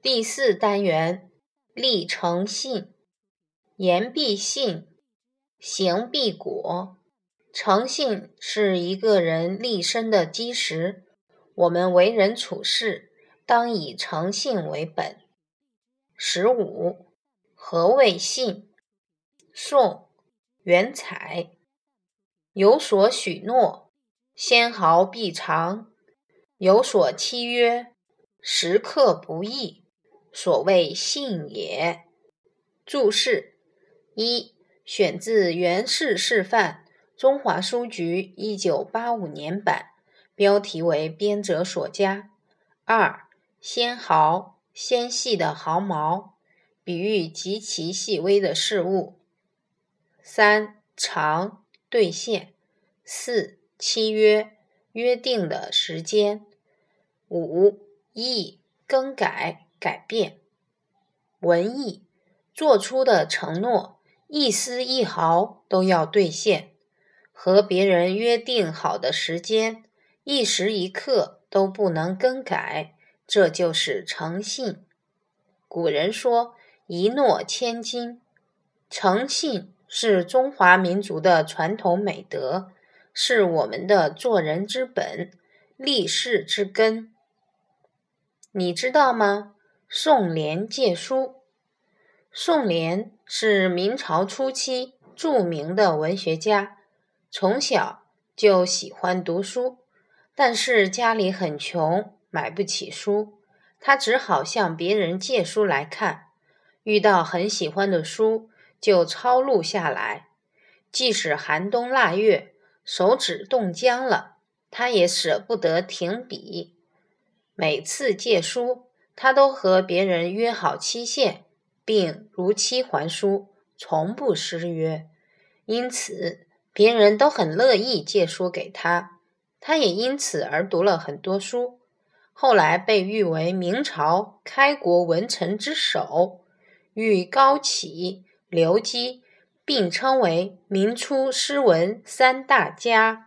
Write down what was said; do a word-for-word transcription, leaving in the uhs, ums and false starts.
第四单元，立诚信。言必信，行必果。诚信是一个人立身的基石，我们为人处事当以诚信为本。十五，何谓信？宋，元采。有所许诺，纤毫必偿；有所期约，时刻不易。所谓信也。注释一，选自《元氏示范》，中华书局一九八五年版，标题为编者所加。二，纤毫，纤细的毫毛，比喻极其细微的事物。三，偿，兑现。四，期约，约定的时间。五，易，更改，改变。文意，做出的承诺，一丝一毫都要兑现，和别人约定好的时间，一时一刻都不能更改，这就是诚信。古人说，一诺千金。诚信是中华民族的传统美德，是我们的做人之本，立世之根。你知道吗？宋濂借书。宋濂是明朝初期著名的文学家，从小就喜欢读书，但是家里很穷，买不起书，他只好向别人借书来看，遇到很喜欢的书就抄录下来，即使寒冬腊月，手指冻僵了，他也舍不得停笔。每次借书，他都和别人约好期限，并如期还书，从不失约。因此，别人都很乐意借书给他，他也因此而读了很多书。后来被誉为明朝开国文臣之首，与高启、刘基并称为明初诗文三大家。